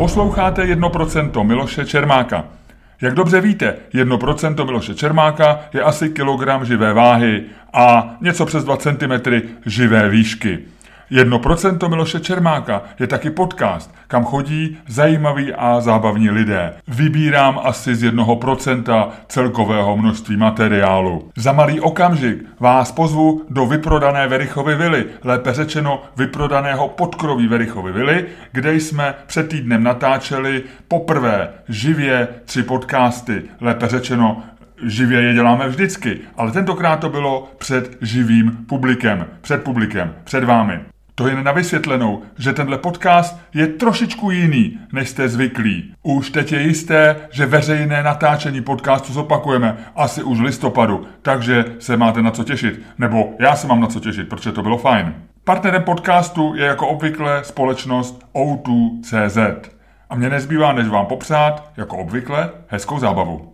Posloucháte 1% Miloše Čermáka. Jak dobře víte, 1% Miloše Čermáka je asi kilogram živé váhy a něco přes 2 cm živé výšky. 1% Miloše Čermáka je taky podcast, kam chodí zajímaví a zábavní lidé. Vybírám asi z 1% celkového množství materiálu. Za malý okamžik vás pozvu do vyprodané Werichovy vily, lépe řečeno vyprodaného podkroví Werichovy vily, kde jsme před týdnem natáčeli poprvé živě 3 podcasty, lépe řečeno živě je děláme vždycky, ale tentokrát to bylo před živým publikem, před vámi. To jen na vysvětlenou, že tenhle podcast je trošičku jiný, než jste zvyklí. Už teď je jisté, že veřejné natáčení podcastu zopakujeme asi už v listopadu, takže se máte na co těšit. Nebo já se mám na co těšit, protože to bylo fajn. Partnerem podcastu je jako obvykle společnost O2.cz. A mně nezbývá, než vám popřát, jako obvykle, hezkou zábavu.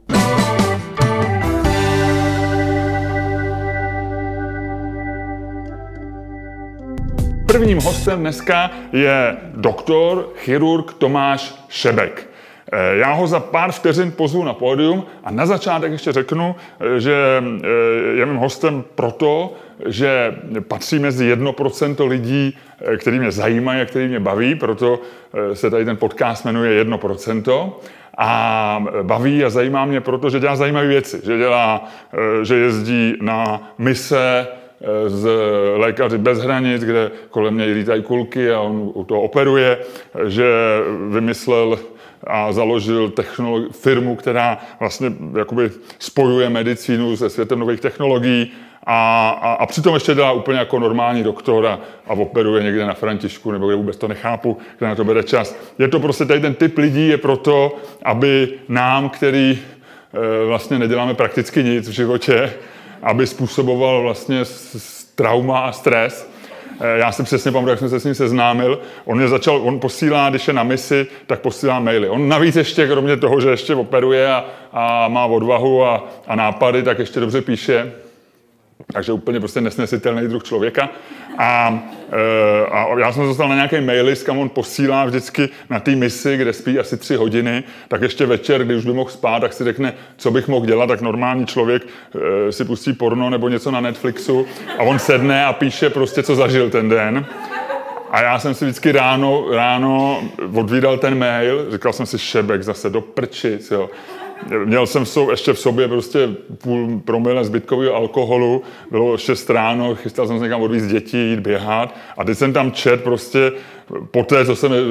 Prvním hostem dneska je doktor, chirurg Tomáš Šebek. Já ho za pár vteřin pozvu na pódium a na začátek ještě řeknu, že je mým hostem proto, že patří mezi 1% lidí, který mě zajímají a který mě baví, proto se tady ten podcast jmenuje 1%. A baví a zajímá mě proto, že dělá zajímavé věci, že jezdí na mise z Lékaři bez hranic, kde kolem něj lítají kulky a on u toho operuje, že vymyslel a založil firmu, která vlastně jakoby spojuje medicínu se světem nových technologií a přitom ještě dělá úplně jako normální doktor a operuje někde na Františku, nebo kde vůbec to nechápu, kde na to bere čas. Je to prostě tady ten typ lidí je proto, aby nám, který vlastně neděláme prakticky nic v životě, aby způsoboval vlastně trauma a stres. Já si přesně pamatuju, jak jsem se s ním seznámil. On posílá, když je na misi, tak posílá maily. On navíc ještě, kromě toho, že ještě operuje a má odvahu a nápady, tak ještě dobře píše. Takže úplně prostě nesnesitelný druh člověka. A já jsem dostal na nějaké maily, kam on posílá vždycky na té misi, kde spí asi 3 hodiny, tak ještě večer, když už by mohl spát, tak si řekne, co bych mohl dělat, tak normální člověk si pustí porno nebo něco na Netflixu a on sedne a píše prostě, co zažil ten den. A já jsem si vždycky ráno odvídal ten mail, říkal jsem si, Šebek, zase do prčic, jo. Měl jsem ještě v sobě prostě 0,5 promile zbytkového alkoholu, bylo 6 ráno, chystal jsem se někam odvízt děti, jít běhat a teď jsem tam čet prostě poté, co jsem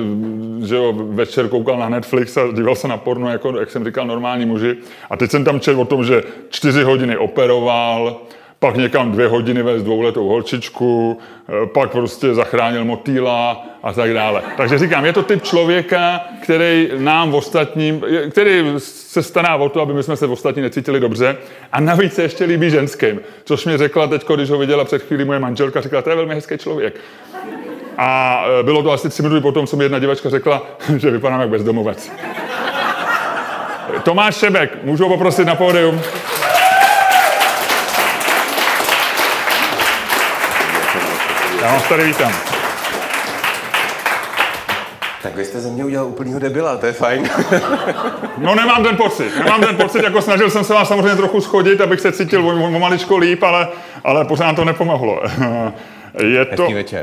večer koukal na Netflix a díval se na porno, jako, jak jsem říkal, normální muži a teď jsem tam čet o tom, že 4 hodiny operoval, pak někam 2 hodiny vez 2letou holčičku, pak prostě zachránil motýla a tak dále. Takže říkám, je to typ člověka, který nám ostatním, který se stará o to, aby my jsme se ostatní necítili dobře a navíc se ještě líbí ženským, což mi řekla teďko, když ho viděla před chvílí moje manželka, řekla, to je velmi hezký člověk. A bylo to asi 3 minuty potom, co mi jedna divačka řekla, že vypadám jak bezdomovec. Tomáš Šebek, můžu ho poprosit na pódium? Já vás tady vítám. Tak vy jste ze mě udělal úplnýho debila, to je fajn. No nemám ten pocit, jako snažil jsem se vás samozřejmě trochu schodit, abych se cítil o maličko líp, ale pořád to nepomohlo. Hezký večer.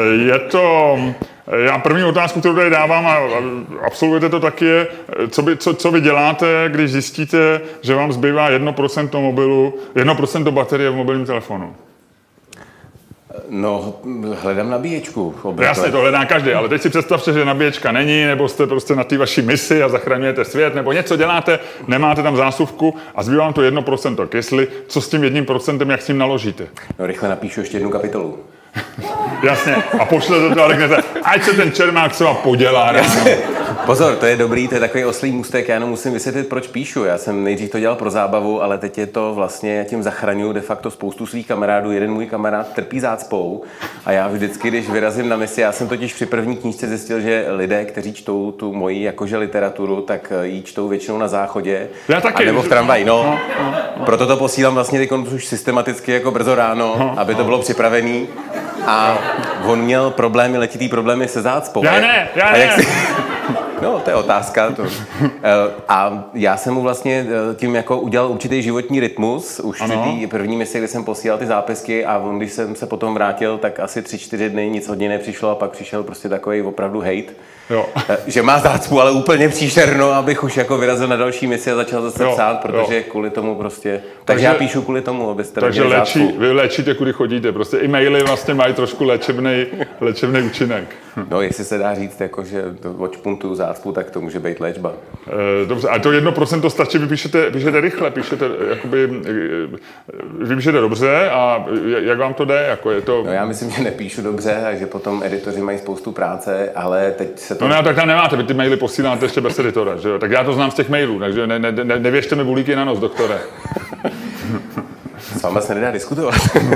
Já první otázku, kterou tady dávám a absolvujete to taky je, co vy děláte, když zjistíte, že vám zbývá 1% baterie v mobilním telefonu? No, hledám nabíječku. Obvykle. Jasně, to hledá každý, ale teď si představte, že nabíječka není, nebo jste prostě na té vaší misi a zachraňujete svět, nebo něco děláte, nemáte tam zásuvku a zbývá vám to 1%. Co s tím 1%, jak s tím naložíte? No, rychle napíšu ještě 1 kapitolu. Jasně, a pošlete to a řeknete, ať se ten Čermák třeba podělá. Pozor, to je dobrý, to je takový oslý můstek, já jenom musím vysvětlit, proč píšu. Já jsem nejdřív to dělal pro zábavu, ale teď je to vlastně, já tím zachraňuju de facto spoustu svých kamarádů. Jeden můj kamarád trpí zácpou a já vždycky, když vyrazím na misi, já jsem totiž při první knížce zjistil, že lidé, kteří čtou tu moji jakože literaturu, tak ji čtou většinou na záchodě. Já taky. A nebo v tramvaji, no. Proto to posílám vlastně teď už systematicky jako brzo ráno, aby to bylo připravený. A on měl letitý problémy se zácpou. Já ne. No, to je otázka. A já jsem mu vlastně tím jako udělal určitý životní rytmus. Už v té první misi, kdy jsem posílal ty zápisky a on, když jsem se potom vrátil, tak asi 3-4 dny nic hodně nepřišlo a pak přišel prostě takový opravdu hate. Jo. Že má zácpu, ale úplně příšerno, abych už jako vyrazil na další misi a začal zase psát, protože kvůli tomu prostě... Takže já píšu kvůli tomu, abyste... Takže vy léčíte, kudy chodíte. Prostě i maily vlastně mají trošku léčebný účinek. No, jestli se dá říct, jako, že odšpuntuju zácpu, tak to může být léčba. Dobře, a to 1% stačí, vy píšete rychle, vy píšete dobře a jak vám to jde? Jako je to... No, já myslím, že nepíšu dobře a že potom editoři mají spoustu práce, ale teď se to... No ne, tak tam nemáte, vy ty maily posíláte ještě bez editora, že jo? Tak já to znám z těch mailů, takže nevěřte mi bulíky na nos, doktore. S váma se nedá diskutovat.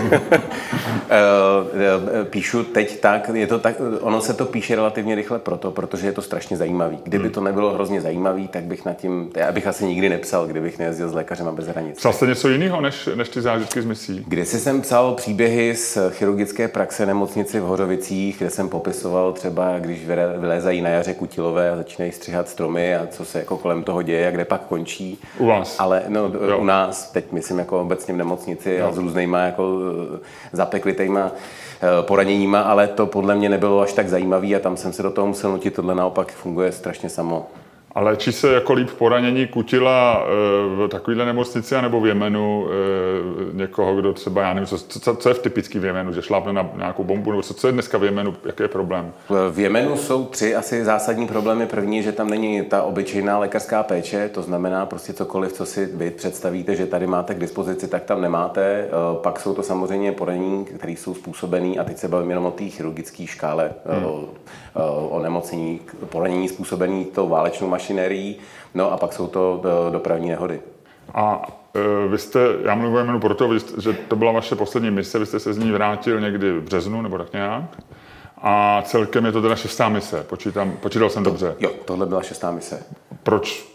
Píšu teď tak, ono se to píše relativně rychle protože je to strašně zajímavý. Kdyby to nebylo hrozně zajímavý, tak bych já bych asi nikdy nepsal, kdybych nejezdil s Lékařem a bez hranic. Psal jste něco jiného než ty zážitky z misí? Kdysi jsem psal příběhy z chirurgické praxe nemocnici v Hořovicích, kde jsem popisoval třeba, když vylézají na jaře kutilové a začínají střihat stromy a co se jako kolem toho děje a kde pak končí. U vás? Ale u nás, teď myslím jako obecně v nemocnici a s různýma jako zapeklitejma poraněníma, ale to podle mě nebylo až tak zajímavý a tam jsem se do toho musel nutit, tohle naopak funguje strašně samo. A léčí se jako líp poranění kutila v takovéhle nemocnici anebo v Jemenu někoho, kdo třeba, já nevím, co je v typický v Jemenu, že šlápne na nějakou bombu, nebo co je dneska v Jemenu, jaký je problém? V Jemenu jsou 3 asi zásadní problémy. První, že tam není ta obyčejná lékařská péče, to znamená prostě cokoliv, co si vy představíte, že tady máte k dispozici, tak tam nemáte. Pak jsou to samozřejmě poranění, které jsou způsobený, a teď se bavím jenom o té chirurgické škále, o nemocnění, poranění způsobený tou válečnou mašinérií, no a pak jsou to dopravní nehody. A já mluvím o Jemenu proto, že to byla vaše poslední mise, vy jste se z ní vrátil někdy v březnu, nebo tak nějak. A celkem je to teda 6. mise, počítal jsem dobře. Jo, tohle byla 6. mise. Proč?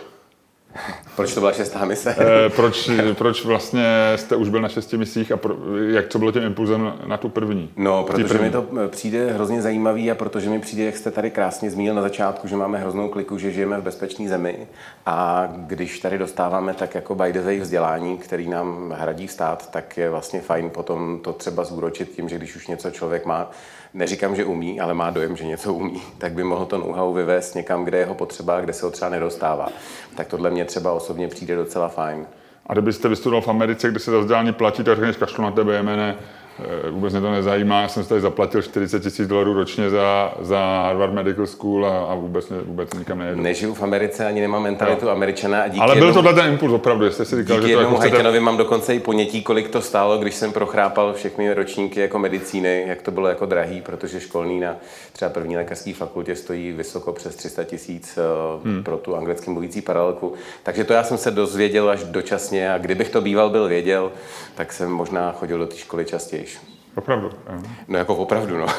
Proč to byla 6. mise? Proč vlastně jste už byl na 6 misích a co bylo tím impulzem na tu první? No, protože mi to přijde hrozně zajímavý a protože mi přijde, jak jste tady krásně zmínil na začátku, že máme hroznou kliku, že žijeme v bezpečné zemi a když tady dostáváme tak jako by the way vzdělání, který nám hradí stát, tak je vlastně fajn potom to třeba zúročit tím, že když už něco člověk má, neříkám, že umí, ale má dojem, že něco umí, tak by mohl to know-how vyvést někam, kde je ho potřeba, kde se ho třeba nedostává. Tak tohle mě třeba osobně přijde docela fajn. A kdybyste vystudoval v Americe, kde se za vzdělání platí, tak řekneš, kašlu na tebe, Jemene, vůbec mě to nezajímá, já jsem si tady zaplatil $40,000 ročně za Harvard Medical School a vůbec nikam nejedu. Nežiju v Americe, ani nemám mentalitu Američana. A ale byl tohle ten impuls opravdu, jestli si říkal, že to jako Hajtenovi mám dokonce i ponětí, kolik to stálo, když jsem prochrápal všechny ročníky jako medicíny, jak to bylo jako drahý, protože školní na třeba první lékařské fakultě stojí vysoko přes 300,000 pro tu anglicky mluvící paralelku. Takže to já jsem se dozvěděl až dočasně a kdybych to býval věděl, tak jsem možná chodil do té školy častěji. Opravdu? No jako opravdu, no.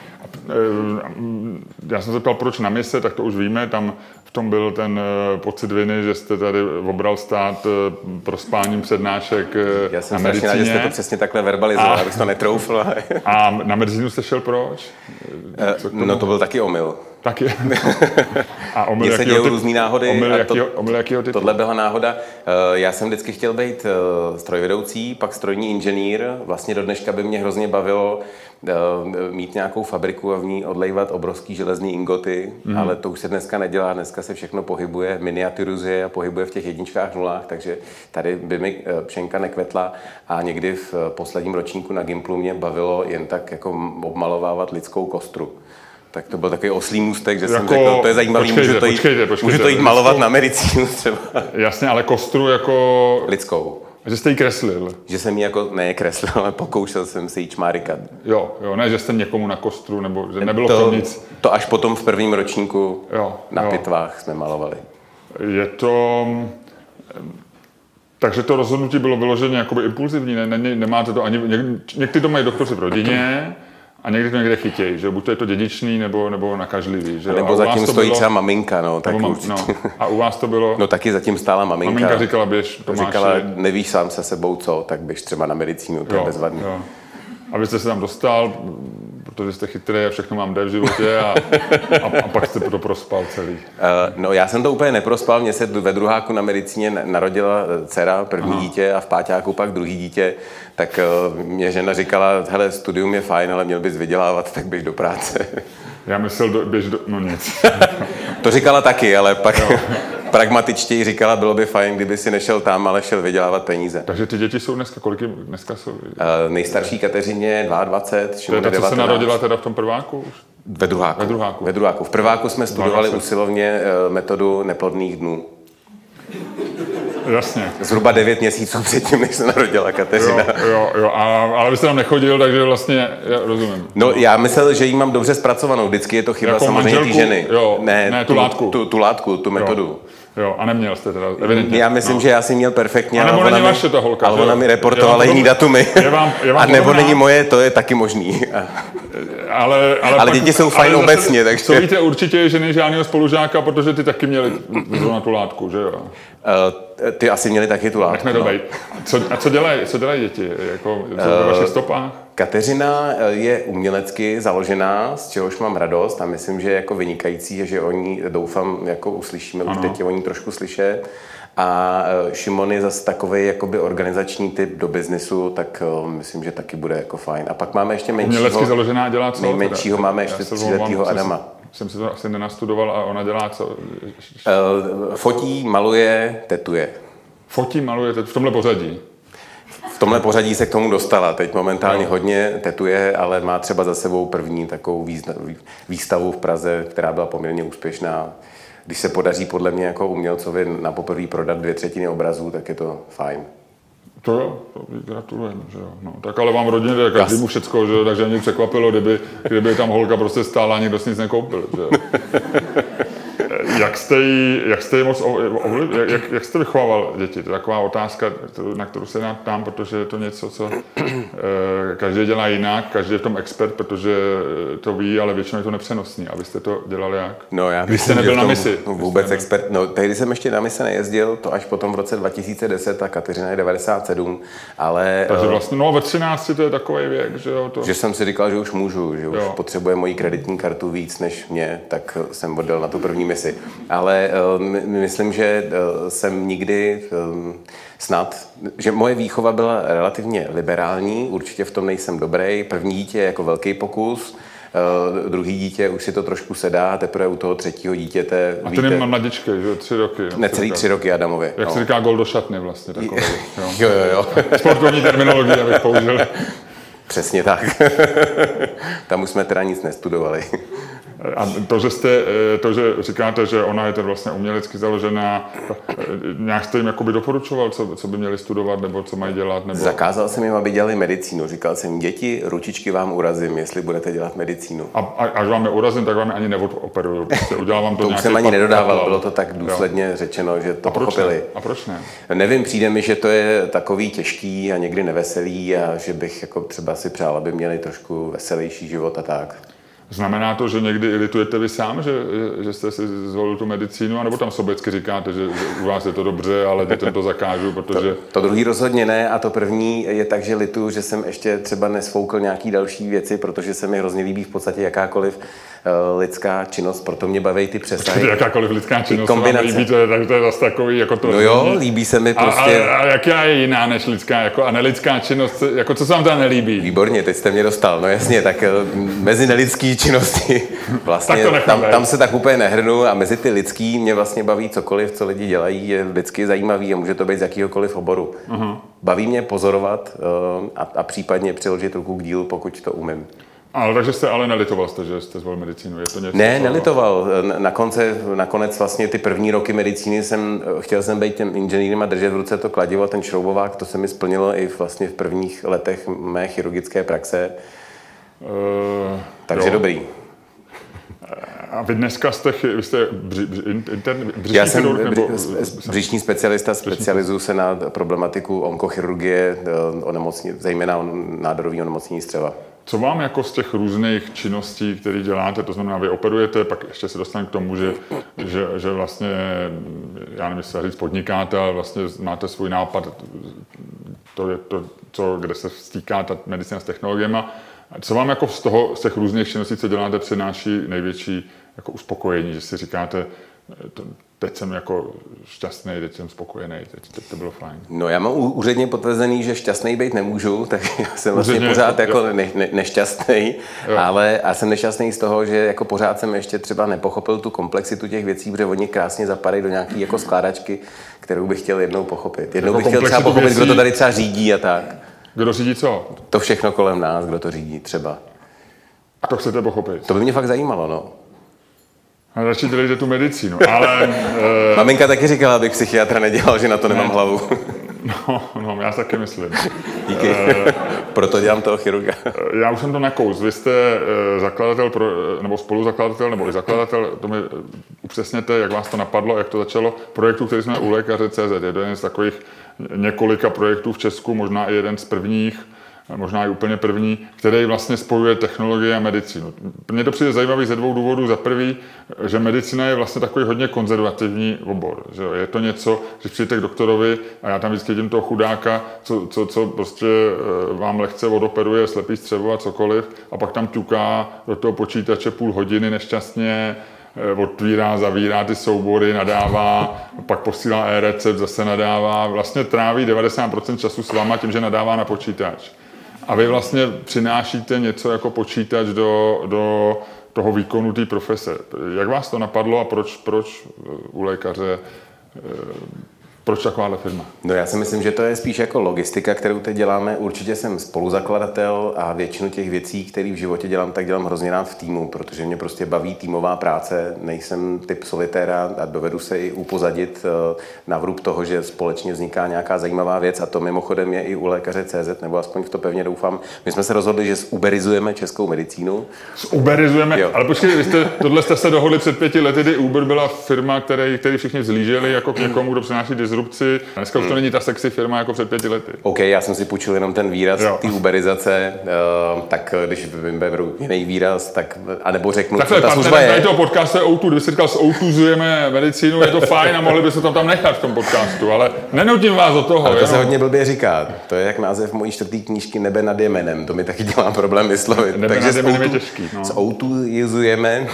Já jsem se ptal, proč na mise, tak to už víme, tam v tom byl ten pocit viny, že jste tady obral stát prospáním přednášek na medicíně. Já jsem strašně rád, že jste to přesně takhle verbalizoval, abych to netroufl. A na medicínu jste šel proč? No to byl taky omyl. Taky. A omyl se dějou různý náhody. Omyl jakýho typu? Tohle byla náhoda. Já jsem vždycky chtěl být strojvedoucí, pak strojní inženýr. Vlastně do dneška by mě hrozně bavilo mít nějakou fabriku a v ní odlejvat obrovský železný ingoty, ale to už se dneska nedělá. Dneska se všechno pohybuje, miniaturizuje a pohybuje v těch jedničkách, nulách, takže tady by mi pšenka nekvetla a někdy v posledním ročníku na Gimplu mě bavilo jen tak jako obmalovávat lidskou kostru. Tak to byl takový oslý můstek, že jsem řekl, to je zajímavý, můžu to jít malovat na medicínu třeba. Jasně, ale kostru jako... Lidskou. Že jste ji kreslil? Že jsem ji jako, ne kreslil, ale pokoušel jsem se jí čmárikat. Jo, ne, že jste někomu na kostru, nebo že nebylo to nic. To až potom v prvním ročníku na pitvách jsme malovali. Je to... Takže to rozhodnutí bylo vyloženě jakoby impulzivní, nemáte to ani... Někdy to mají doktoři v rodině, a někdy to někde chytějí, že buď to je to dědičný, nebo nakažlivý. Že? Nebo zatím stojí třeba maminka, no, tak určitě. A u vás to bylo? No taky zatím stála maminka. Maminka říkala, běž, Tomáši. Říkala, nevíš sám se sebou co, tak běž třeba na medicínu, to je bezvadný. Jo. A vy jste se tam dostal, protože jste chytrý a všechno vám jde v životě a pak jste to prospal celý. No já jsem to úplně neprospal, mně se ve druháku na medicíně narodila dcera, první dítě a v páťáku pak druhý dítě, tak mě žena říkala, hele, studium je fajn, ale měl bys vydělávat, tak běž do práce. Já myslel, no nic. To říkala taky, ale pak pragmatičtěji říkala, bylo by fajn, kdyby si nešel tam, ale šel vydělávat peníze. Takže ty děti jsou dneska, kolik dneska jsou? Nejstarší Kateřině 22, Šimone 19. Co se narodila teda v tom prváku už? Ve druháku. V prváku jsme studovali usilovně metodu neplodných dnů. Jasně. Zhruba 9 měsíců předtím, než se narodila Kateřina. Jo, ale vy jste tam nechodil, takže vlastně, já rozumím. No, já myslel, že jí mám dobře zpracovanou. Vždycky je to chyba jako samozřejmě té ženy. Jo, ne tu látku. Tu látku, tu metodu. Jo, a neměl jste teda, evidentně. Já myslím, že já si měl perfektně, a nebo není vaše ta holka, ale ona mi reportovala jiný datumy. A nebo není moje, to je taky možný. Ale děti jsou fajn obecně, takže... Co víte určitě, že není žádného spolužáka, protože ty taky měli zrovna tu látku, že jo? Ty asi měli taky tu látku. Nechme to být. A co dělají děti? Jako ve vašich stopách? Kateřina je umělecky založená, z čehož mám radost a myslím, že je jako vynikající, že o ní doufám jako uslyšíme, už teď je o ní trošku slyšet. A Šimon je zase takovej jakoby organizační typ do biznisu, tak myslím, že taky bude jako fajn. A pak máme ještě menšího. Umělecky založená dělá co? Nejmenšího máme ještě 3letýho Adama. Jsem si to asi nenastudoval a ona dělá co? Fotí, maluje, tetuje. Fotí, maluje, v tomhle pořadí? V tomhle pořadí se k tomu dostala. Teď momentálně hodně tetuje, ale má třeba za sebou první takovou výstavu v Praze, která byla poměrně úspěšná. Když se podaří podle mě jako umělcovi na poprvé prodat 2/3 obrazů, tak je to fajn. To jo, gratulujeme, že jo. No, tak ale vám rodině jde každému všecko, že jo, takže mě překvapilo, kdyby tam holka prostě stála a nikdo si nic nekoupil, že jo. Jak jste vychovával děti? To je taková otázka, na kterou se ptám, protože je to něco, co každý dělá jinak, každý je v tom expert, protože to ví, ale většinou je to nepřenosný. A vy jste to dělali jak? No, když jste nebyl na misi? Vůbec expert. No, tehdy jsem ještě na misi nejezdil, to až potom v roce 2010 a Kateřina je 97, ale... Takže vlastně, no ve 13 to je takový věk, že jo? Že jsem si říkal, že už můžu, že už potřebuje moji kreditní kartu víc než mě, tak jsem odjel na tu první misi. Ale myslím, že jsem nikdy snad, že moje výchova byla relativně liberální, určitě v tom nejsem dobrý. První dítě je jako velký pokus, druhý dítě už si to trošku sedá, teprve u toho třetího dítěte... A ten je mladičký, že 3 roky. Ne, celý 3 roky Adamovi. Jak se říká gol do šatny vlastně, takový. Jo. Sportovní terminologie, abych použil. Přesně tak. Tam už jsme teda nic nestudovali. A to, že říkáte, že ona je to vlastně umělecky založená, nějak jste jim jakoby doporučoval, co by měli studovat, nebo co mají dělat? Nebo... Zakázal jsem jim, aby dělali medicínu. Říkal jsem, děti, ručičky vám urazím, jestli budete dělat medicínu. A až vám je urazím, tak vám je ani neoperuju. Prostě udělám vám to už jsem ani nedodával, bylo to tak důsledně řečeno, že to pochopili. A proč ne? Nevím, přijde mi, že to je takový těžký a někdy neveselý a že bych jako třeba si přál, aby měli trošku veselější život a tak. Znamená to, že někdy i litujete vy sám, že jste si zvolil tu medicínu, anebo tam sobecky říkáte, že u vás je to dobře, ale dětem to zakážu, protože... To druhý rozhodně ne a to první je tak, že lituju, že jsem ještě třeba nesfoukl nějaký další věci, protože se mi hrozně líbí v podstatě jakákoliv lidská činnost, proto mě baví ty přesahy. Jakákoliv lidská činnost se vám líbí, to je zase takový jako to... No jo, líbí se mi prostě... A jaká je jiná než lidská, jako a nelidská činnost, jako co se vám tam nelíbí? Výborně, teď jste mě dostal, no jasně, tak mezi nelidský činnosti vlastně tam se tak úplně nehrnu a mezi ty lidský mě vlastně baví cokoliv, co lidi dělají, je vždycky zajímavý a může to být z jakýhokoliv oboru. Uh-huh. Baví mě pozorovat a případně přiložit ruku k dílu, pokud to umím. Ale takže jste ale nelitoval jste, že jste zvolil medicínu? Je to něco, nelitoval. Nakonec vlastně ty první roky medicíny chtěl jsem být tím inženýrem a držet v ruce to kladivo, ten šroubovák, to se mi splnilo i vlastně v prvních letech mé chirurgické praxe. Takže dobrý. A vy dneska vy jste břišní Já jsem břišní specialista, specializuju se na problematiku onkochirurgie, zejména nádorový onemocnění střeva. Co vám jako z těch různých činností, které děláte, to znamená, vy operujete, pak ještě se dostaneme k tomu, že vlastně, já nevím, jestli říct podnikáte, ale vlastně máte svůj nápad, to je to, kde se stýká ta medicína s technologiemi. Co vám jako z těch různých činností, co děláte, přináší největší jako uspokojení, že si říkáte, teď jsem jako šťastný, teď jsem spokojený, teď to bylo fajn. No já mám úředně potvrzený, že šťastný být nemůžu, tak já jsem vlastně pořád jako nešťastný, ale a jsem nešťastný z toho, že jako pořád jsem ještě třeba nepochopil tu komplexitu těch věcí, protože oni krásně zapadají do nějaký jako skládačky, kterou bych chtěl jednou pochopit. Jednou bych chtěl třeba pochopit, kdo to tady třeba řídí a tak. Kdo řídí co? To všechno kolem nás, kdo to řídí třeba. A to chcete pochopit? To by mě fakt zajímalo, no. A radši dělejte tu medicínu, ale... Maminka taky říkala, abych psychiatra nedělal, že na to nemám hlavu. No, já taky myslím. Díky. Proto dělám toho chirurga. Já už jsem to nakous. Vy jste zakladatel, nebo spoluzakladatel, nebo i zakladatel, to mi upřesněte, jak vás to napadlo, jak to začalo, projektu, který jsme u lékaře.cz. Je to jeden z takových několika projektů v Česku, možná i jeden z prvních, možná i úplně první, který vlastně spojuje technologie a medicínu. Mně to přijde zajímavý ze dvou důvodů. Za prvý, že medicína je vlastně takový hodně konzervativní obor. Že je to něco, že přijďte k doktorovi a já tam vždycky vidím toho chudáka, co prostě vám lehce odoperuje slepý střevo a cokoliv a pak tam ťuká do toho počítače půl hodiny nešťastně, otvírá, zavírá ty soubory, nadává, pak posílá e-recept, zase nadává. Vlastně tráví 90% času s váma tím, že nadává na počítač. A vy vlastně přinášíte něco jako počítač do toho výkonu té profese. Jak vás to napadlo a proč u lékaře, proč takováhle firma? No já si myslím, že to je spíš jako logistika, kterou teď děláme. Určitě jsem spoluzakladatel a většinu těch věcí, které v životě dělám, tak dělám hrozně rád v týmu, protože mě prostě baví týmová práce. Nejsem typ solitéra a dovedu se i upozadit na vrub toho, že společně vzniká nějaká zajímavá věc a to mimochodem je i u lékaře.cz, nebo aspoň v to pevně doufám. My jsme se rozhodli, že zuberizujeme českou medicínu. Zuberizujeme? Ale počkej, tohle jste se dohodli před 5 lety, kdy Uber byla firma, který všichni vzlíželi jako k někomu, kdo přináší disrupci. Dneska už to není ta sexy firma jako před 5 lety. OK, já jsem si půjčil jenom ten výraz té uberizace, tak když vyberu jiný výraz, tak anebo řeknu, takhle, co ta služba je. Takhle, toho podcastu je O2, kdyby si říkal, zoutuzujeme medicínu, je to fajn a mohli by se to tam nechat v tom podcastu, ale nenutím vás do toho. Ale to se hodně blbě říká. To je jak název mojí 4. knížky Nebe nad Jemenem, to mi taky dělá problém vyslovit. Nebe takže nad Jemenem je těžký. S O2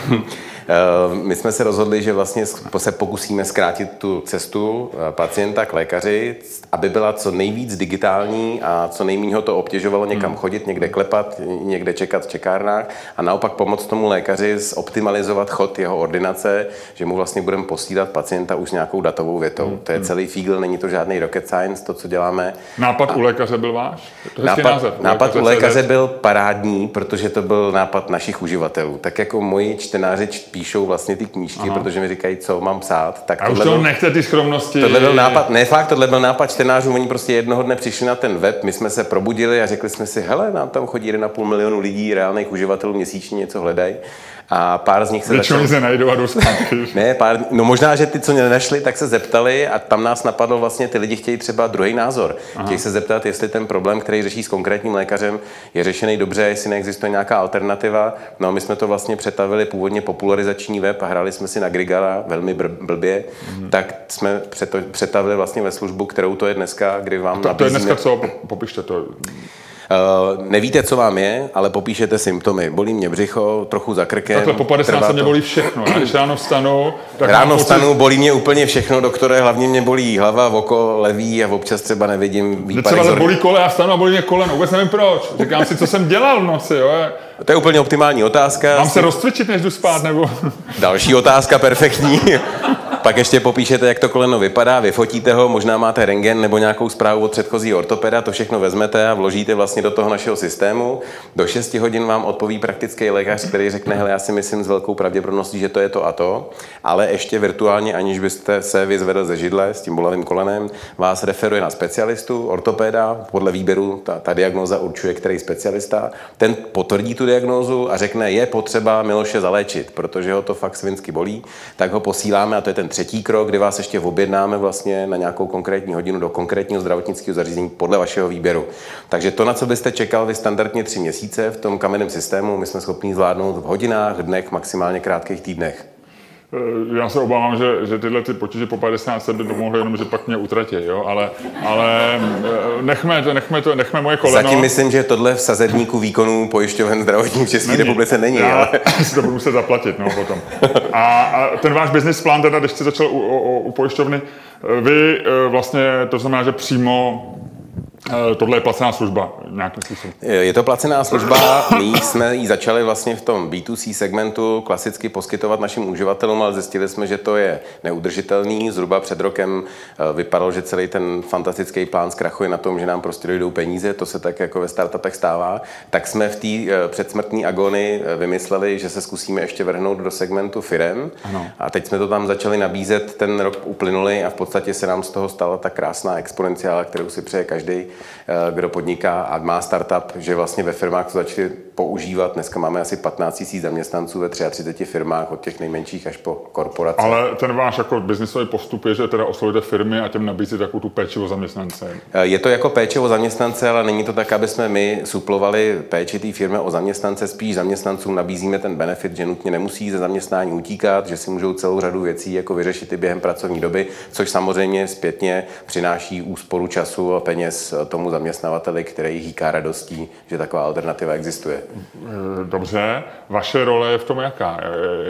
my jsme se rozhodli, že vlastně se pokusíme zkrátit tu cestu pacienta k lékaři, aby byla co nejvíc digitální a co nejméně ho to obtěžovalo někam chodit, někde klepat, někde čekat v čekárnách a naopak pomoct tomu lékaři zoptimalizovat chod jeho ordinace, že mu vlastně budeme posílat pacienta už nějakou datovou větou. To je celý fígl, není to žádný rocket science, to, co děláme. Nápad u lékaře byl váš? Nápad u lékaře byl parádní, protože to byl nápad našich uživatelů. Tak jako moji čtenáři píšou vlastně ty knížky, protože mi říkají, co mám psát. Tak a už to nechte ty skromnosti. Tohle byl nápad, ne fakt, tohle byl nápad čtenářů, oni prostě jednoho dne přišli na ten web, my jsme se probudili a řekli jsme si, hele, nám tam chodí 1,5 milionu lidí, reálných uživatelů měsíčně něco hledají. A pár z nich se začali... se najdou a jdou zpátky. Ne, no možná, že ty, co mě nenašli, tak se zeptali a tam nás napadlo vlastně, ty lidi chtějí třeba druhý názor. Chtějí se zeptat, jestli ten problém, který řeší s konkrétním lékařem, je řešený dobře, jestli neexistuje nějaká alternativa. No a my jsme to vlastně přetavili původně popularizační web a hráli jsme si na Grigara velmi blbě, tak jsme přetavili vlastně ve službu, kterou to je dneska, kdy vám nabízíme... To je dneska co? Popište to. Nevíte, co vám je, ale popíšete symptomy. Bolí mě břicho, trochu za krkem. Takhle po 50 se mě bolí všechno. Já když ráno vstanu, tak vstanu, bolí mě úplně všechno, doktore, hlavně mě bolí hlava, oko, levý a občas třeba nevidím výpadek. Třeba bolí kole, já vstanu a bolí mě koleno. Vůbec nevím proč. Říkám si, co jsem dělal v noci. Jo? To je úplně optimální otázka. Mám se rozcvičit, než jdu spát, nebo... Další otázka, perfektní. Pak ještě popíšete, jak to koleno vypadá, vyfotíte ho, možná máte rentgen nebo nějakou zprávu od předchozího ortopeda, to všechno vezmete a vložíte vlastně do toho našeho systému. Do 6 hodin vám odpoví praktický lékař, který řekne, hele, já si myslím s velkou pravděpodobností, že to je to a to, ale ještě virtuálně, aniž byste se vyzvedl ze židle s tím bolavým kolenem, vás referuje na specialistu, ortopeda, podle výběru ta diagnóza určuje, který specialista, ten potvrdí tu diagnózu a řekne, je potřeba Miloše zaléčit, protože ho to fakt svinsky bolí, tak ho posíláme a to je ten 3. krok, kdy vás ještě objednáme vlastně na nějakou konkrétní hodinu do konkrétního zdravotnického zařízení podle vašeho výběru. Takže to, na co byste čekal vy standardně 3 měsíce v tom kamenném systému, my jsme schopni zvládnout v hodinách, dnech, maximálně krátkých týdnech. Já se obávám, že tyhle ty potíže po 50 by pomohly jenom, že pak mě utratí, jo? Ale nechme moje koleno. Zatím myslím, že tohle v sazebníku výkonů pojišťoven zdravotní v České republice není. Já si to budu muset zaplatit, no, potom. A ten váš business plán, teda, když jste začal u pojišťovny, vy vlastně, to znamená, že přímo tohle je placená služba nějakým způsobem. Je to placená služba, my jsme ji začali vlastně v tom B2C segmentu klasicky poskytovat našim uživatelům, ale zjistili jsme, že to je neudržitelný. Zhruba před rokem vypadalo, že celý ten fantastický plán zkrachuje na tom, že nám prostě dojdou peníze, to se tak jako ve startupech stává. Tak jsme v té předsmrtné agony vymysleli, že se zkusíme ještě vrhnout do segmentu firem. Ano. A teď jsme to tam začali nabízet, ten rok uplynulý a v podstatě se nám z toho stala ta krásná exponenciála, kterou si přeje každý, kdo podniká a má startup, že vlastně ve firmách to začali používat. Dneska máme asi 15 000 zaměstnanců ve 33 firmách, od těch nejmenších až po korporace. Ale ten váš jako biznisový postup je, že teda oslovujete firmy a těm nabízí takovou tu péči o zaměstnance. Je to jako péče o zaměstnance, ale není to tak, aby jsme my suplovali péči té firmy o zaměstnance, spíš zaměstnancům nabízíme ten benefit, že nutně nemusí ze zaměstnání utíkat, že si můžou celou řadu věcí jako vyřešit i během pracovní doby, což samozřejmě zpětně přináší úsporu času a peněz tomu zaměstnavateli, který hýká radostí, že taková alternativa existuje. Dobře. Vaše role je v tom jaká?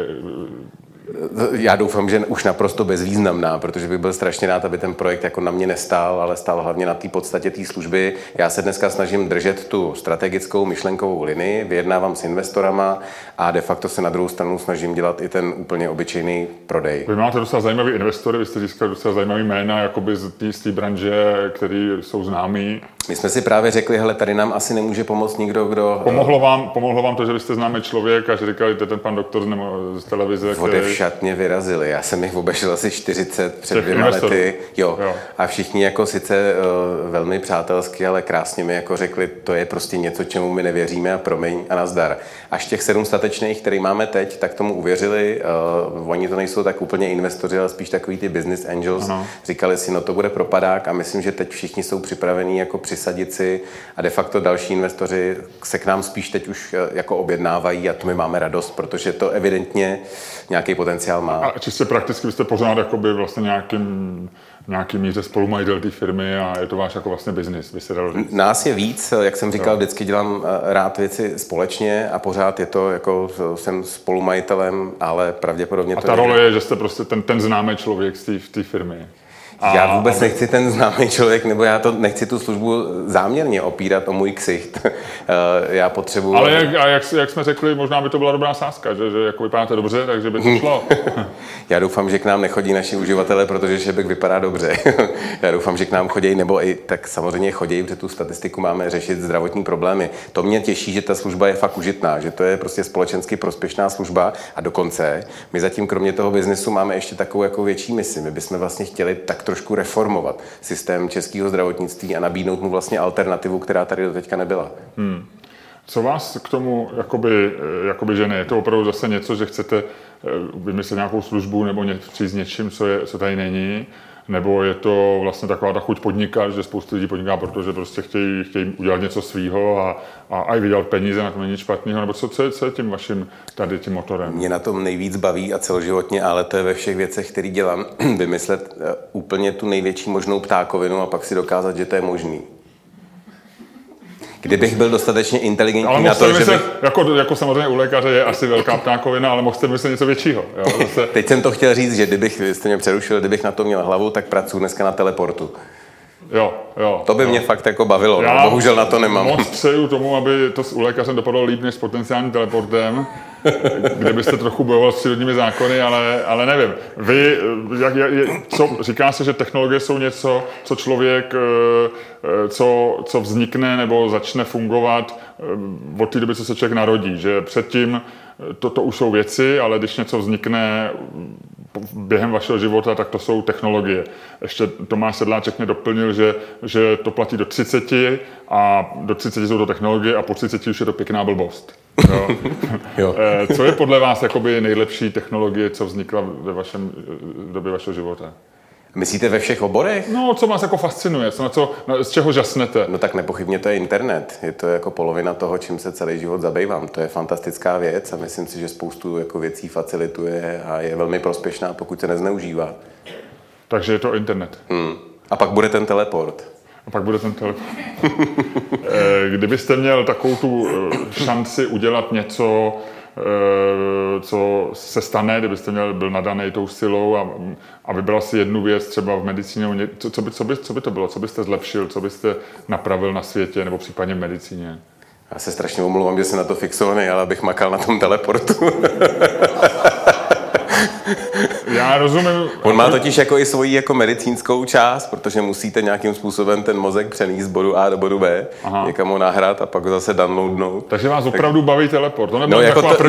Já doufám, že už naprosto bezvýznamná, protože bych byl strašně rád, aby ten projekt jako na mě nestál, ale stál hlavně na té podstatě té služby. Já se dneska snažím držet tu strategickou myšlenkovou linii, vyjednávám s investorama a de facto se na druhou stranu snažím dělat i ten úplně obyčejný prodej. Vy máte docela zajímavý investory, vy jste získali docela zajímavý jména jakoby z té branže, který jsou známí. My jsme si právě řekli, hele, tady nám asi nemůže pomoct nikdo, kdo... Pomohlo vám to, že vy jste známý člověk a že říkali, to je ten pan doktor z televize, Odevšat mě vyrazili. Já jsem jich obešel asi 40 před 2 lety. Jo. A všichni jako sice velmi přátelsky, ale krásně mi jako řekli, to je prostě něco, čemu my nevěříme a promiň a nazdar. Až těch 7 statečných, který máme teď, tak tomu uvěřili. Oni to nejsou tak úplně investoři, ale spíš takový ty business angels. Ano. Říkali si, no to bude propadák a myslím, že teď všichni jsou připravení jako přisadit si a de facto další investoři se k nám spíš teď už jako objednávají a to my máme radost, protože to evidentně nějaký potenciál má. A čistě prakticky byste pořád jakoby vlastně nějaký míře spolumajitel té firmy a je to váš jako vlastně biznis, by se dalo říct. Nás je víc, jak jsem říkal, vždycky dělám rád věci společně a pořád je to jako jsem spolumajitelem, ale pravděpodobně a ta role je, že jste prostě ten známý člověk z té firmy. Já vůbec nechci ten známý člověk, nebo já to nechci tu službu záměrně opírat o můj ksicht. Já potřebuji... Ale jak jsme řekli, možná by to byla dobrá sázka, že jako vypadáte dobře, takže by to šlo. Já doufám, že k nám nechodí naši uživatelé, protože Šebek vypadá dobře. Já doufám, že k nám chodí, nebo i tak samozřejmě chodí, protože tu statistiku máme řešit zdravotní problémy. To mě těší, že ta služba je fakt užitná, že to je prostě společensky prospěšná služba a dokonce my zatím kromě toho biznesu máme ještě takovou jako větší misi. My bychom vlastně chtěli tak trošku reformovat systém českého zdravotnictví a nabídnout mu vlastně alternativu, která tady doteďka nebyla. Co vás k tomu jakoby žene? Je to opravdu zase něco, že chcete vymyslet nějakou službu nebo přijít s něčím, co tady není? Nebo je to vlastně taková ta chuť podnikat, že spoustu lidí podniká, protože prostě chtějí udělat něco svýho a i vydělat peníze, na tom není nic špatného? Nebo co je tím vaším tím motorem? Mě na tom nejvíc baví a celoživotně, ale to je ve všech věcech, které dělám, vymyslet úplně tu největší možnou ptákovinu a pak si dokázat, že to je možný. Kdybych byl dostatečně inteligentní na to, že bych... Jako samozřejmě u lékaře je asi velká ptákovina, ale mohl jste myslet něco většího. Jo? Zase... Teď jsem to chtěl říct, že jste mě přerušil, kdybych na to měl hlavu, tak pracuji dneska na teleportu. Jo. To by mě fakt jako bavilo, no, bohužel na to nemám. Moc přeju tomu, aby to u lékaře dopadlo líp než s potenciálním teleportem, kde byste trochu bojoval s přírodními zákony, ale nevím. Říká se, že technologie jsou něco, co člověk, co vznikne nebo začne fungovat od té doby, co se člověk narodí, že předtím to už jsou věci, ale když něco vznikne během vašeho života, tak to jsou technologie. Ještě Tomáš Sedláček mě doplnil, že to platí do 30 a do 30 jsou to technologie a po 30 už je to pěkná blbost. Jo. Co je podle vás jakoby nejlepší technologie, co vznikla v době vašeho života? Myslíte ve všech oborech? No, co vás jako fascinuje, z čeho žasnete? No tak nepochybně to je internet. Je to jako polovina toho, čím se celý život zabývám. To je fantastická věc a myslím si, že spoustu jako věcí facilituje a je velmi prospěšná, pokud se nezneužívá. Takže je to internet. A pak bude ten teleport. Kdybyste měl takovou tu šanci udělat něco, co se stane, kdybyste byl nadaný tou silou a vybral si jednu věc třeba v medicíně, co by to bylo? Co byste zlepšil? Co byste napravil na světě nebo případně v medicíně? Já se strašně omlouvám, že jsem na to fixovaný, ale abych makal na tom teleportu. Já rozumím. On má totiž jako i svoji jako medicínskou část, protože musíte nějakým způsobem ten mozek přenést z bodu A do bodu B, někam ho nahrát a pak ho zase downloadnout. Takže vás opravdu baví teleport. To nebylo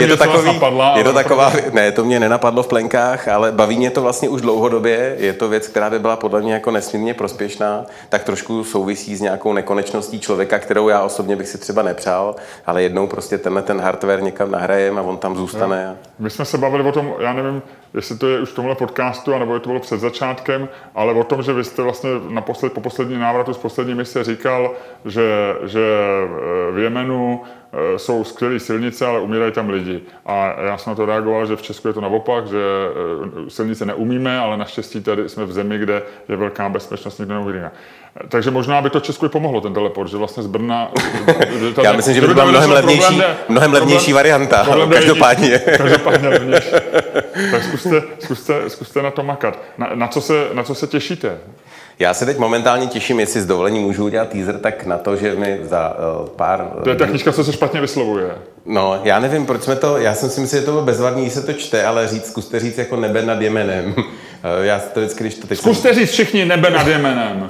ne, to mě nenapadlo v plenkách, ale baví mě to vlastně už dlouhodobě. Je to věc, která by byla podle mě jako nesmírně prospěšná, tak trošku souvisí s nějakou nekonečností člověka, kterou já osobně bych si třeba nepřál, ale jednou prostě ten hardware někam nahrajem a on tam zůstane. My jsme se bavili o tom, já nevím, jestli to je už v tomhle podcastu, anebo je to bylo před začátkem, ale o tom, že vy jste vlastně po poslední návratu z poslední mise říkal, že v Jemenu jsou skvělé silnice, ale umírají tam lidi. A já jsem na to reagoval, že v Česku je to naopak, že silnice neumíme, ale naštěstí tady jsme v zemi, kde je velká bezpečnost, nikdo neumírá. Takže možná by to Česku i pomohlo, ten teleport, že vlastně z Brna... Já myslím, že by to byla mnohem levnější varianta, každopádně. Každopádně levnější. Tak zkuste na to makat. Na co se těšíte? Já se teď momentálně těším, jestli s dovolením můžu udělat teaser, tak na to, že mi za pár... To je ta knížka, co se špatně vyslovuje. No, já nevím, proč jsme to... Já jsem si myslel, že to bylo bezvadný, když se to čte, ale zkuste říct jako nebe nad Jemenem. Já to vždycky, když to teď... Zkuste říct všichni nebe nad Jemenem.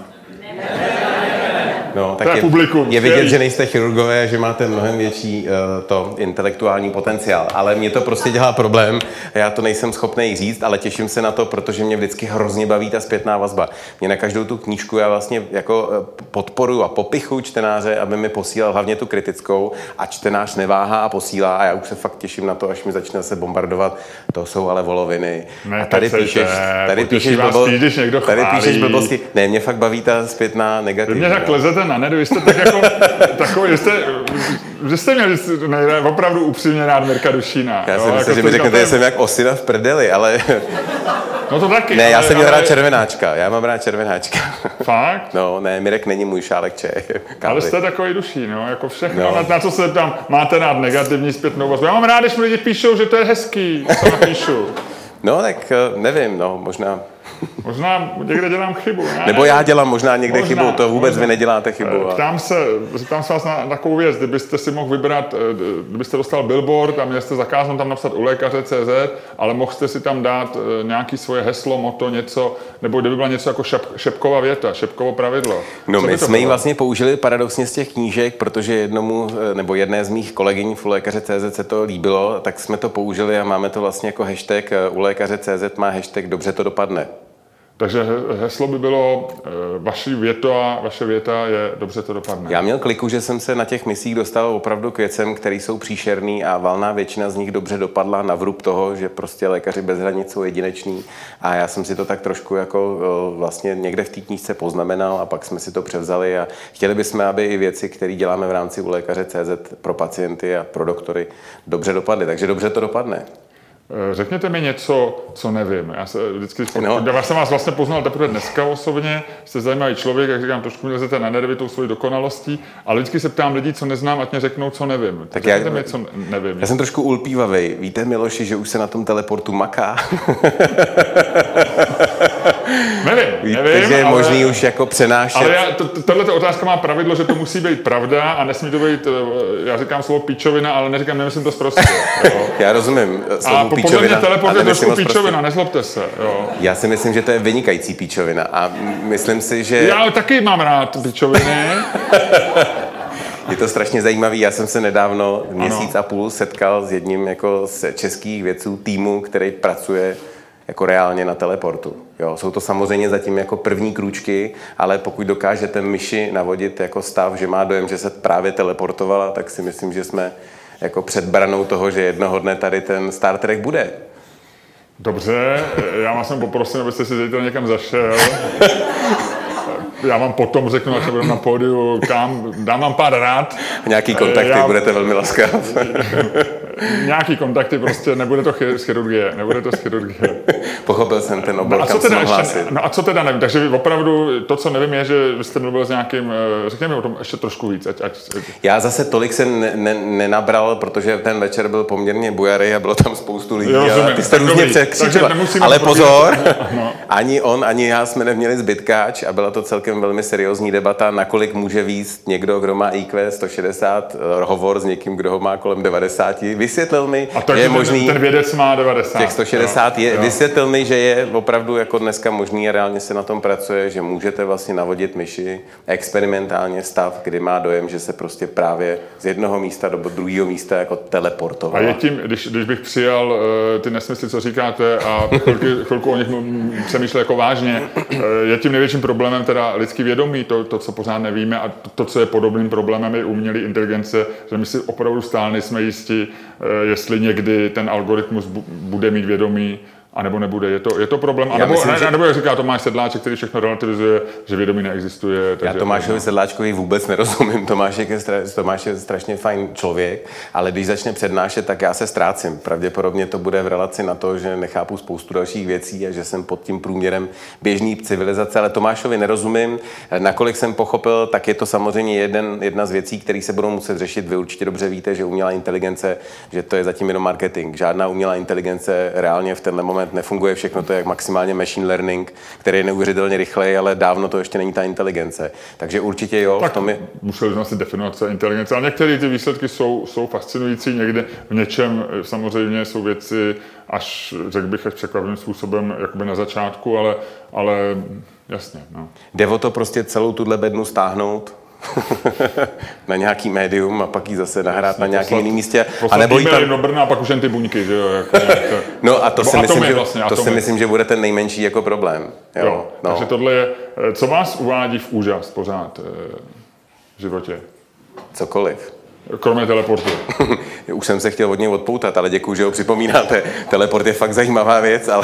No, tak je vidět, že nejste chirurgové, že máte mnohem větší intelektuální potenciál. Ale mě to prostě dělá problém. Já to nejsem schopný říct, ale těším se na to, protože mě vždycky hrozně baví ta zpětná vazba. Mě na každou tu knížku já vlastně jako podporuji a popichu čtenáře, aby mi posílal hlavně tu kritickou a čtenář neváhá a posílá a já už se fakt těším na to, až mi začne se bombardovat. To jsou ale voloviny. Ne, a tady píšeš blbosti. Ne, mě fakt baví ta zpětná negativní. Na net, vy jste tak jako takový, že jste měli opravdu upřímně rád Mirka Dušína. Já si myslím, že mi řeknete, že jsem jak osina v prdeli, ale... No to taky. Ne, já jsem měl rád červenáčka, já mám rád červenáčka. Fakt? No, ne, Mirek není můj šálek čaj. Ale jste takový duší, no, jako všechno, no. Na co se tam máte rád negativní zpětnou vazbu. Já mám rád, když mi lidi píšou, že to je hezký, co napíšu. No, tak nevím, no, možná někde dělám chybu. Nebo já dělám možná někde chybu, to vůbec vy neděláte chybu. Zeptám se vás na takovou věc, kdybyste si mohl vybrat, kdybyste dostal billboard a měl jste zakázanou tam napsat u lékaře.cz, ale mohl jste si tam dát nějaký svoje heslo, motto, něco, nebo kdyby byla něco jako šepkova věta, šepkovo pravidlo. No my jsme ji vlastně použili paradoxně z těch knížek, protože jedné z mých kolegyň v lékaře.cz se to líbilo, tak jsme to použili a máme to vlastně jako hashtag u lékaře.cz má hashtag dobře to dopadne. Takže heslo by bylo, vaše věta je dobře to dopadne. Já měl kliku, že jsem se na těch misích dostal opravdu k věcem, které jsou příšerný a valná většina z nich dobře dopadla na vrub toho, že prostě lékaři bez hranic jsou jedineční a já jsem si to tak trošku jako vlastně někde v té knížce poznamenal a pak jsme si to převzali a chtěli bychom, aby i věci, které děláme v rámci u lékaře.cz pro pacienty a pro doktory dobře dopadly, takže dobře to dopadne. Řekněte mi něco, co nevím. Já jsem vás vlastně poznal teprve dneska osobně, jste zajímavý člověk, jak říkám, trošku mě lezete na nervy tou svojí dokonalostí, ale vždycky se ptám lidí, co neznám, ať mě řeknou, co nevím. Tak řekněte mi, co nevím. Já jsem trošku ulpívavej. Víte, Miloši, že už se na tom teleportu maká? Nevím, že je možný už jako přenášet. Ale tato otázka má pravidlo, že to musí být pravda a nesmí to být, já říkám slovo píčovina, ale nemyslím to zprostě. Já rozumím slovo píčovina. Podle mě teleport je trošku píčovina, nezlobte se. Jo. Já si myslím, že to je vynikající píčovina a myslím si, že... Já taky mám rád píčoviny. Je to strašně zajímavý. Já jsem se nedávno měsíc a půl setkal s jedním jako z českých vědců týmu, který pracuje jako reálně na teleportu. Jo, jsou to samozřejmě zatím jako první krůčky, ale pokud dokážete myši navodit jako stav, že má dojem, že se právě teleportovala, tak si myslím, že jsme jako před branou toho, že jednoho dne tady ten Star Trek bude. Dobře, já vás poprosím, abyste si zítra někam zašel. Já vám potom řeknu, až budeme na pódiu, kam, dám vám pár rád. Nějaký kontakty, budete velmi laskav. Nějaký kontakty, prostě nebude to z chirurgie, Pochopil jsem ten obor, kam jsem hlásit. No a co teda nevím, takže opravdu to, co nevím, je, že vy jste mluvil s nějakým, řekněme o tom ještě trošku víc. Já zase tolik jsem nenabral, protože ten večer byl poměrně bujarý a bylo tam spoustu lidí. A ty jste různě překřičovali. Ale pozor, ani on, ani já jsme neměli zbytkáč a byla to celkem velmi seriózní debata, nakolik může víc někdo, kdo má IQ 160, hovor s někým, kdo ho má kolem 90. Vysvětlil mi, že je možný... Ten vědec má 90. Těch 160 vysvětlil mi, že je opravdu jako dneska možný a reálně se na tom pracuje, že můžete vlastně navodit myši experimentálně stav, kdy má dojem, že se prostě právě z jednoho místa do druhého místa jako teleportovala. A je tím, když bych přijal ty nesmysly, co říkáte a chvilku o nich přemýšlel jako vážně, je tím největším problémem teda lidský vědomí, to, co pořád nevíme a to, co je podobným problémem je umělé inteligence, že my si opravdu stále nejsme jistí, jestli někdy ten algoritmus bude mít vědomí, anebo nebude. Je to problém? Nebo jak říká Tomáš Sedláček, který všechno relativizuje, že vědomí neexistuje. Já Tomášovi Sedláčkovi vůbec nerozumím. Tomáš je strašně fajn člověk, ale když začne přednášet, tak já se ztrácím. Pravděpodobně to bude v relaci na to, že nechápu spoustu dalších věcí a že jsem pod tím průměrem běžný civilizace, ale Tomášovi nerozumím. Nakolik jsem pochopil, tak je to samozřejmě jedna z věcí, které se budou muset řešit. Vy určitě dobře víte, že umělá inteligence, že to je zatím jenom marketing. Žádná umělá inteligence reálně v tenhle moment nefunguje, všechno to je maximálně machine learning, který je neuvěřitelně rychlej, ale dávno to ještě není ta inteligence. Takže určitě jo. Tak v tom je... museli jsme si definovat, co je inteligence, ale některé ty výsledky jsou fascinující, někde v něčem samozřejmě jsou věci až, řekl bych, až překvapivým způsobem jakoby na začátku, ale jasně. No. Jde o to prostě celou tuhle bednu stáhnout na nějaký médium a pak ji zase nahrát jasně, na nějakém jiném místě. A nebo jí tam do Brna a pak už jen ty buňky, že jo? Jako nějaké... No a to si myslím, že bude ten nejmenší jako problém. Jo, no. Takže tohle je, co vás uvádí v úžas pořád v životě? Cokoliv. Kromě teleportu. Už jsem se chtěl od něj odpoutat, ale děkuju, že ho připomínáte. Teleport je fakt zajímavá věc, ale...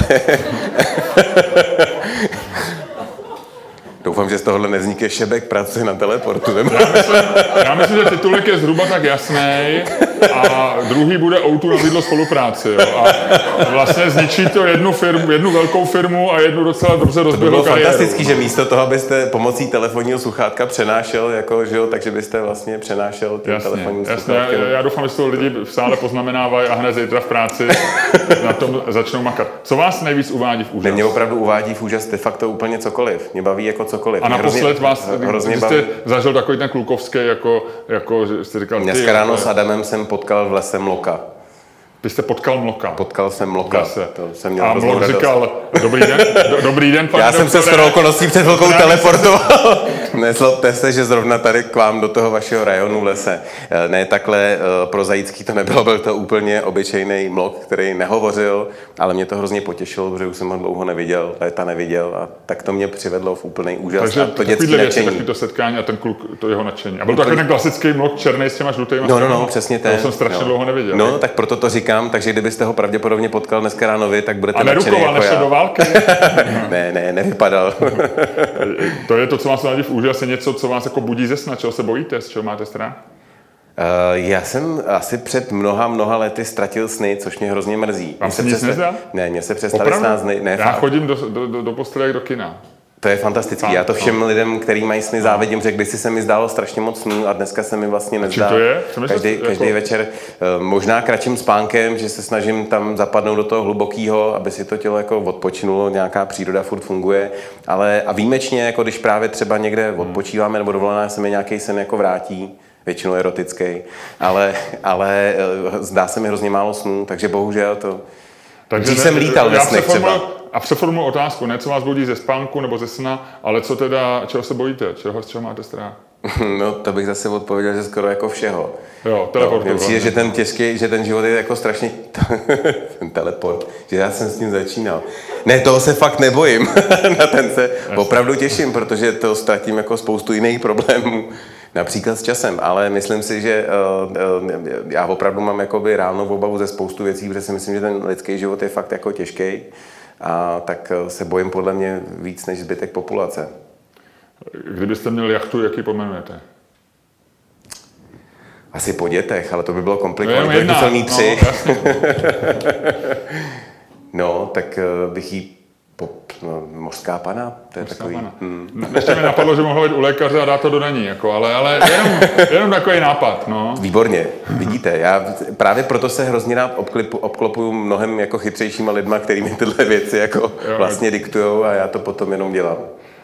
Doufám, že z tohohle nevznikne Šebek pracuje na teleportu. Já myslím, že titulek je zhruba tak jasný a druhý bude O2 nabídlo spolupráci. Jo? A vlastně zničí to jednu velkou firmu a jednu docela dobře rozběhlou kariéru. To bylo fantastický, že místo toho, abyste pomocí telefonního sluchátka přenášel, jako, že jo, takže byste vlastně přenášel tím telefonním sluchátkem. Já doufám, že to lidi v sále poznamenávají a hned zítra v práci na tom začnou makat. Co vás nejvíc uvádí v úžas? Mě opravdu uvádí v úžas de facto úplně cokoliv. Mě baví jako cokoliv. A naposled vás, když jste zažil takový ten klukovský, jako že jste říkal... Dneska ráno s Adamem jsem potkal v lese mloka. Vy jste potkal mloka? Potkal jsem mloka. To jsem měl a mlok říkal, dobrý den, pane. Já jsem se shodou okolností před chvilkou teleportoval. Nezlobte se, že zrovna tady k vám do toho vašeho rajonu v lese. Ne takhle prozaický to nebylo, byl to úplně obyčejný mlok, který nehovořil, ale mě to hrozně potěšilo, protože už jsem ho dlouho neviděl, léta neviděl a tak to mě přivedlo v úplný úžas. Takže a to dětské nadšení. Takže to setkání a ten kluk, to jeho nadšení. A byl to takový ten klasický mlok černý s těma žlutýma. No, přesně ten. To jsem strašně dlouho neviděl. No, tak proto to říkám, takže kdybyste ho pravděpodobně potkal dneska ráno vy, tak budete nadšený jako já. A nerukoval do války? Ne, nevypadal. To je to, co vás uvádí v úžas, je něco, co vás jako budí ze sna, čeho se bojíte, z čeho máte strach? Já jsem asi před mnoha lety ztratil sny, což mě hrozně mrzí. Vám se nic nezdá? Ne, mě se přestali snát sny. Ne, já chodím do postele jak do kina. To je fantastický. Já to všem lidem, kteří mají sny, závidím, že kdysi se mi zdálo strašně moc snů a dneska se mi vlastně nezdá. To je? Každý večer, možná kratším spánkem, že se snažím tam zapadnout do toho hlubokého, aby si to tělo jako odpočinulo, nějaká příroda furt funguje, ale a výjimečně, jako když právě třeba někde odpočíváme nebo dovolená, se mi nějaký sen jako vrátí, většinou erotický, ale zdá se mi hrozně málo snů, takže bohužel to... Takže jsem lítal ve snech třeba. A přeformuluji otázku, ne co vás budí ze spánku nebo ze sna, ale co teda, čeho se bojíte, čeho máte strach? No, to bych zase odpověděl, že skoro jako všeho. Jo, teleportu. No, přijde, že ten život je jako strašně... ten teleport, že já jsem s ním začínal. Ne, toho se fakt nebojím. Na ten se opravdu těším, protože to ztratím jako spoustu jiných problémů. Například s časem, ale myslím si, že já opravdu mám jakoby reálnou obavu ze spoustu věcí, protože si myslím, že ten lidský život je fakt jako těžký a tak se bojím podle mě víc než zbytek populace. Kdybyste měl jachtu, jaký pomenujete? Asi po dětech, ale to by bylo komplikované. To by musel mít 3. No, tak bych jí Mořská pana, to je Mořská takový... Pana. Ještě mi napadlo, že mohlo být u lékaře a dát to do daní, jako, ale jenom takový nápad. No. Výborně, vidíte, já právě proto se hrozně rád obklopuju mnohem jako chytřejšíma lidma, kterými tyhle věci jako vlastně diktujou a já to potom jenom dělám.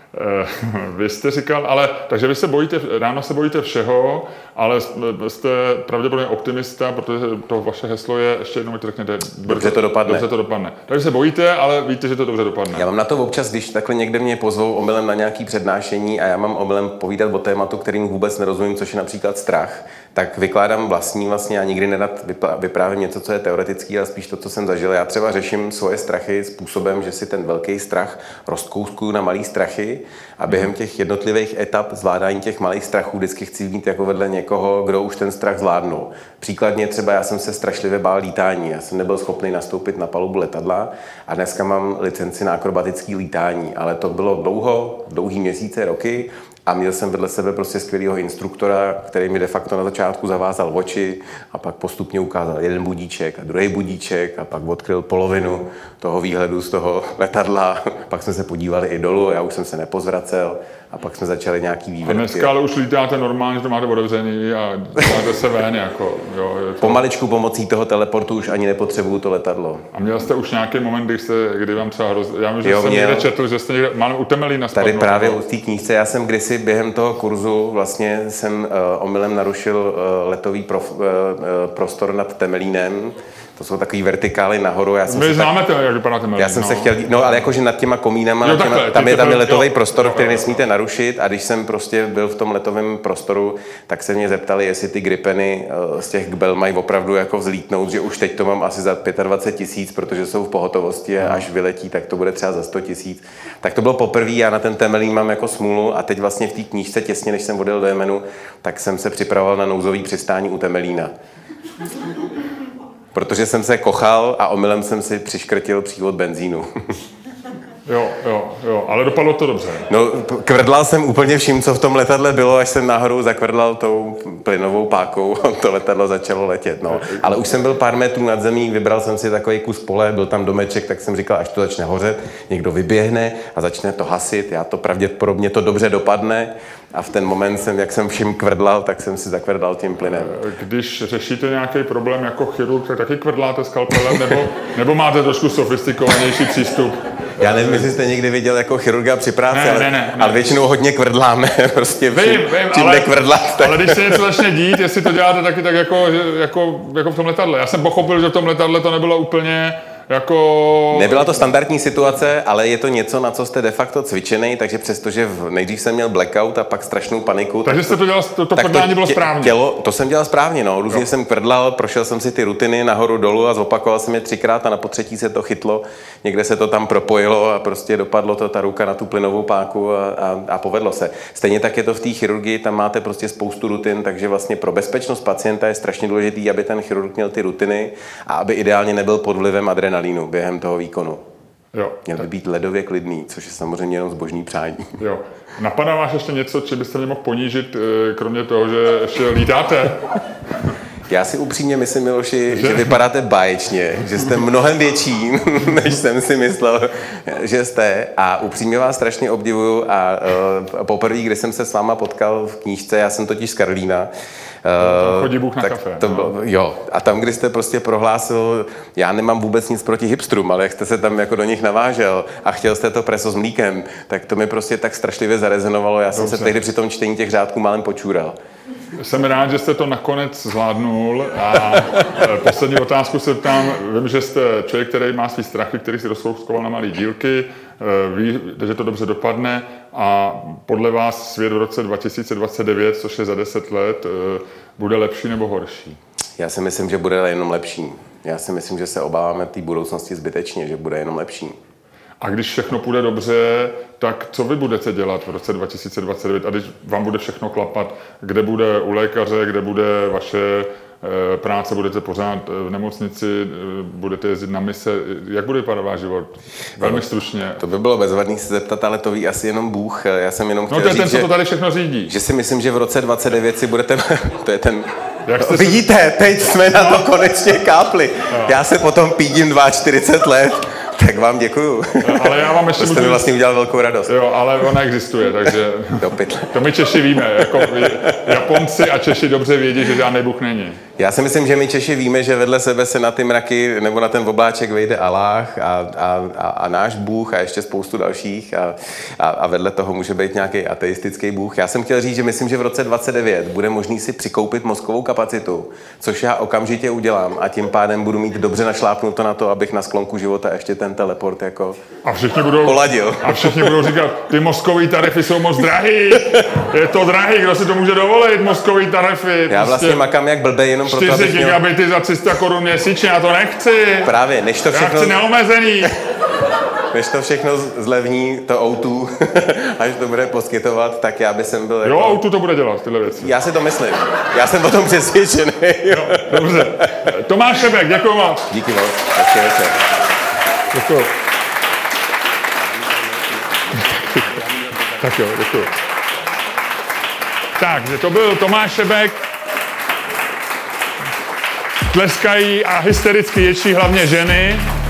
Vy jste říkal, takže vy se bojíte, ráno se bojíte všeho, ale jste pravděpodobně optimista, protože to vaše heslo je, ještě jednou mi to řekněte, dobře to dopadne. Takže se bojíte, ale víte, že to dobře dopadne. Já mám na to občas, když takhle někde mě pozvou omylem na nějaký přednášení a já mám omylem povídat o tématu, kterým vůbec nerozumím, což je například strach, tak vykládám vlastně, já nikdy nerad vyprávím něco, co je teoretický, ale spíš to, co jsem zažil. Já třeba řeším svoje strachy způsobem, že si ten velký strach rozkouskuju na malý strachy a během těch jednotlivých etap zvládání těch malých strachů vždycky chci mít jako vedle někoho, kdo už ten strach zvládnul. Příkladně třeba já jsem se strašlivě bál lítání, já jsem nebyl schopný nastoupit na palubu letadla a dneska mám licenci na akrobatické lítání, ale to bylo dlouhý měsíce, roky. A měl jsem vedle sebe prostě skvělého instruktora, který mi de facto na začátku zavázal oči a pak postupně ukázal jeden budíček a druhý budíček a pak odkryl polovinu toho výhledu z toho letadla. Pak jsme se podívali i dolů, já už jsem se nepozvracel a pak jsme začali nějaký vývrtky. A dneska ale už lítáte normálně, že to máte otevřený a máte se ven jako, jo. To... Pomaličku pomocí toho teleportu už ani nepotřebuju to letadlo. A měl jste už nějaký moment, kdy vám třeba já myslím, že jsem někde četl, že jste někde máme u Temelína spadnout. Tady právě u té knížce, já jsem kdysi během toho kurzu vlastně jsem omylem narušil letový prostor nad Temelínem. To jsou takový vertikály nahoru. My známe to, jak vypadá Temelín. Já jsem se chtěl, ale jakože nad těma komínama, tam je letový prostor, který nesmíte narušit a když jsem prostě byl v tom letovém prostoru, tak se mě zeptali, jestli ty gripeny z těch Gbel mají opravdu jako vzlítnout, že už teď to mám asi za 25 000, protože jsou v pohotovosti a až vyletí, tak to bude třeba za 100 000. Tak to bylo poprvé, já na ten Temelín mám jako smůlu a teď vlastně v té knížce těsně, než jsem odjel do Jemenu, tak jsem se připravoval na nouzový přistání u Temelína. Protože jsem se kochal a omylem jsem si přiškrtil přívod benzínu. Jo, ale dopadlo to dobře. No, kvrdlal jsem úplně vším, co v tom letadle bylo, až jsem nahoru zakvrdlal tou plynovou pákou a to letadlo začalo letět. No. Ale už jsem byl pár metrů nad zemí, vybral jsem si takový kus pole, byl tam domeček, tak jsem říkal, až to začne hořet, někdo vyběhne a začne to hasit, já to pravděpodobně to dobře dopadne. A v ten moment jak jsem všim kvrdlal, tak jsem si zakvrdal tím plynem. Když řešíte nějaký problém jako chirurg, tak taky kvrdláte skalpelem, nebo máte trošku sofistikovanější přístup? Já nevím, jestli jste někdy viděl jako chirurga při práci, ne. Ale většinou hodně kvrdláme. Prostě vím, čím nekvrdlat, tak... Ale když se něco začne dít, jestli to děláte taky tak jako v tom letadle. Já jsem pochopil, že v tom letadle to nebylo úplně... Nebyla to standardní situace, ale je to něco, na co jste de facto cvičený, takže přestože nejdřív jsem měl blackout a pak strašnou paniku. Takže jste to dělal, to kvrdlání bylo správně. To jsem dělal správně, no. Různě jsem kvrdlal, prošel jsem si ty rutiny nahoru dolů a zopakoval jsem je 3krát a na potřetí se to chytlo. Někde se to tam propojilo a prostě dopadlo to ta ruka na tu plynovou páku a povedlo se. Stejně tak je to v té chirurgii, tam máte prostě spoustu rutin, takže vlastně pro bezpečnost pacienta je strašně důležitý, aby ten chirurg měl ty rutiny a aby ideálně nebyl pod vlivem adrenalínu během toho výkonu. Měl by být ledově klidný, což je samozřejmě jenom zbožný přání. Jo. Napadá vás ještě něco, či byste mě mohl ponížit, kromě toho, že ještě lítáte? Já si upřímně myslím, Miloši, že vypadáte báječně, že jste mnohem větší, než jsem si myslel, že jste. A upřímně vás strašně obdivuju a poprvé, kdy jsem se s váma potkal v knížce, já jsem totiž z Karlína, chodí Bůh na kafe. To bylo, jo. A tam, kdy jste prostě prohlásil, já nemám vůbec nic proti hipstrům, ale jak jste se tam jako do nich navážel a chtěl jste to preso s mlíkem, tak to mi prostě tak strašlivě zarezonovalo. Já jsem se tehdy při tom čtení těch řádků málem počůral. Jsem rád, že jste to nakonec zvládnul a poslední otázku se ptám. Vím, že jste člověk, který má svý strachy, který si rozkouskoval na malé dílky, ví, že to dobře dopadne a podle vás svět v roce 2029, což je za 10 let, bude lepší nebo horší? Já si myslím, že bude jenom lepší. Já si myslím, že se obáváme té budoucnosti zbytečně, že bude jenom lepší. A když všechno půjde dobře, tak co vy budete dělat v roce 2029? A když vám bude všechno klapat, kde bude u lékaře, kde bude vaše práce, budete pořád v nemocnici, budete jezdit na mise. Jak bude vypadat váš život? Velmi stručně. To by bylo bezvadný se zeptat, ale to ví asi jenom Bůh. Já jsem jenom chtěl to je říct, ten, co to tady všechno řídí. Že si myslím, že v roce 29 si budete... to je ten... Vidíte, teď jsme na to konečně kápli. No. Já se potom pídím 42 let. Tak vám děkuju. Ale já vám ještě jste mi vlastně udělal velkou radost. Jo, ale ona existuje, takže to my Češi víme. Jako Japonci a Češi dobře vědí, že žádný Bůh není. Já si myslím, že my Češi víme, že vedle sebe se na ty mraky nebo na ten obláček vejde Aláh a náš Bůh a ještě spoustu dalších a vedle toho může být nějaký ateistický Bůh. Já jsem chtěl říct, že myslím, že v roce 29 bude možný si přikoupit mozkovou kapacitu, což já okamžitě udělám a tím pádem budu mít dobře našlápnuto na to, abych na sklonku života ještě ten teleport jako poladil. A všichni budou říkat, ty mozkový tarify jsou moc drahý. Je to drahý, kdo si to může dovolit, mozkový tarify. Já vlastně makám jak blbej, jenom proto, 4 gigabity za 300 korun měsíčně, já to nechci. Právě, než to všechno... Já chci neomezený. Než to všechno zlevní, to O2, až to bude poskytovat, tak já bych byl jako... Jo, O2 to bude dělat, tyhle věci. Já si to myslím. Já jsem o tom přesvědčený. Jo, dobře. Tomáš Šebek, děkuju vám. Díky moc. Hezký večer. Děkuju. Tak jo, děkuju. Takže to byl Tomáš Šebek. Tleskají a hystericky ječí hlavně ženy.